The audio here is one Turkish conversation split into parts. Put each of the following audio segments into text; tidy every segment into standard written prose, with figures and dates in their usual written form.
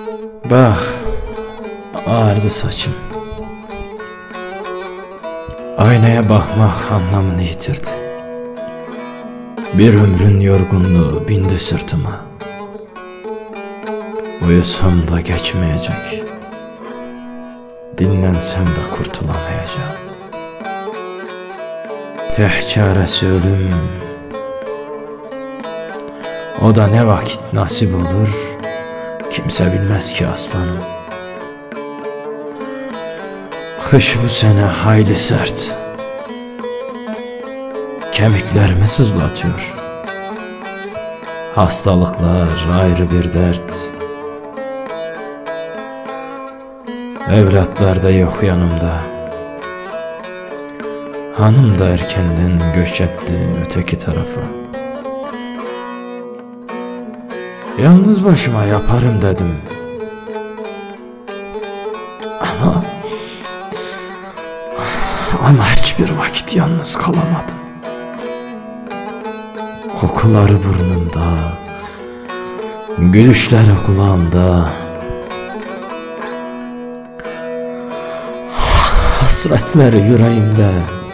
Bak, ağardı saçım. Aynaya bakmak anlamını yitirdi. Bir ömrün yorgunluğu bindi sırtıma. Uyusam da geçmeyecek. Dinlensem de kurtulamayacağım. Tek çaresi ölüm. O da ne vakit nasip olur, kimse bilmez ki aslanım. Kış bu sene hayli sert. Kemiklerimi sızlatıyor. Hastalıklar ayrı bir dert. Evlatlar da yok yanımda. Hanım da erkenden göç etti öteki tarafa. Yalnız başıma yaparım dedim. Ama hiçbir vakit yalnız kalamadım. Kokuları burnumda, gülüşleri kulağımda, hasretleri yüreğimde.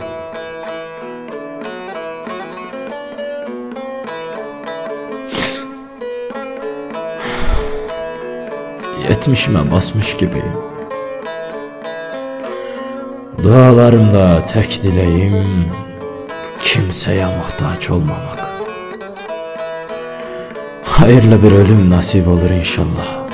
Yetmişime basmış gibiyim. Dualarımda tek dileğim kimseye muhtaç olmamak. Hayırlı bir ölüm nasip olur inşallah.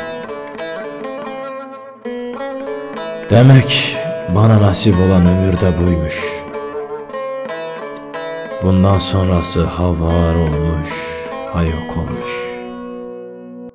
Demek bana nasip olan ömür de buymuş. Bundan sonrası ha var olmuş, ha yok olmuş.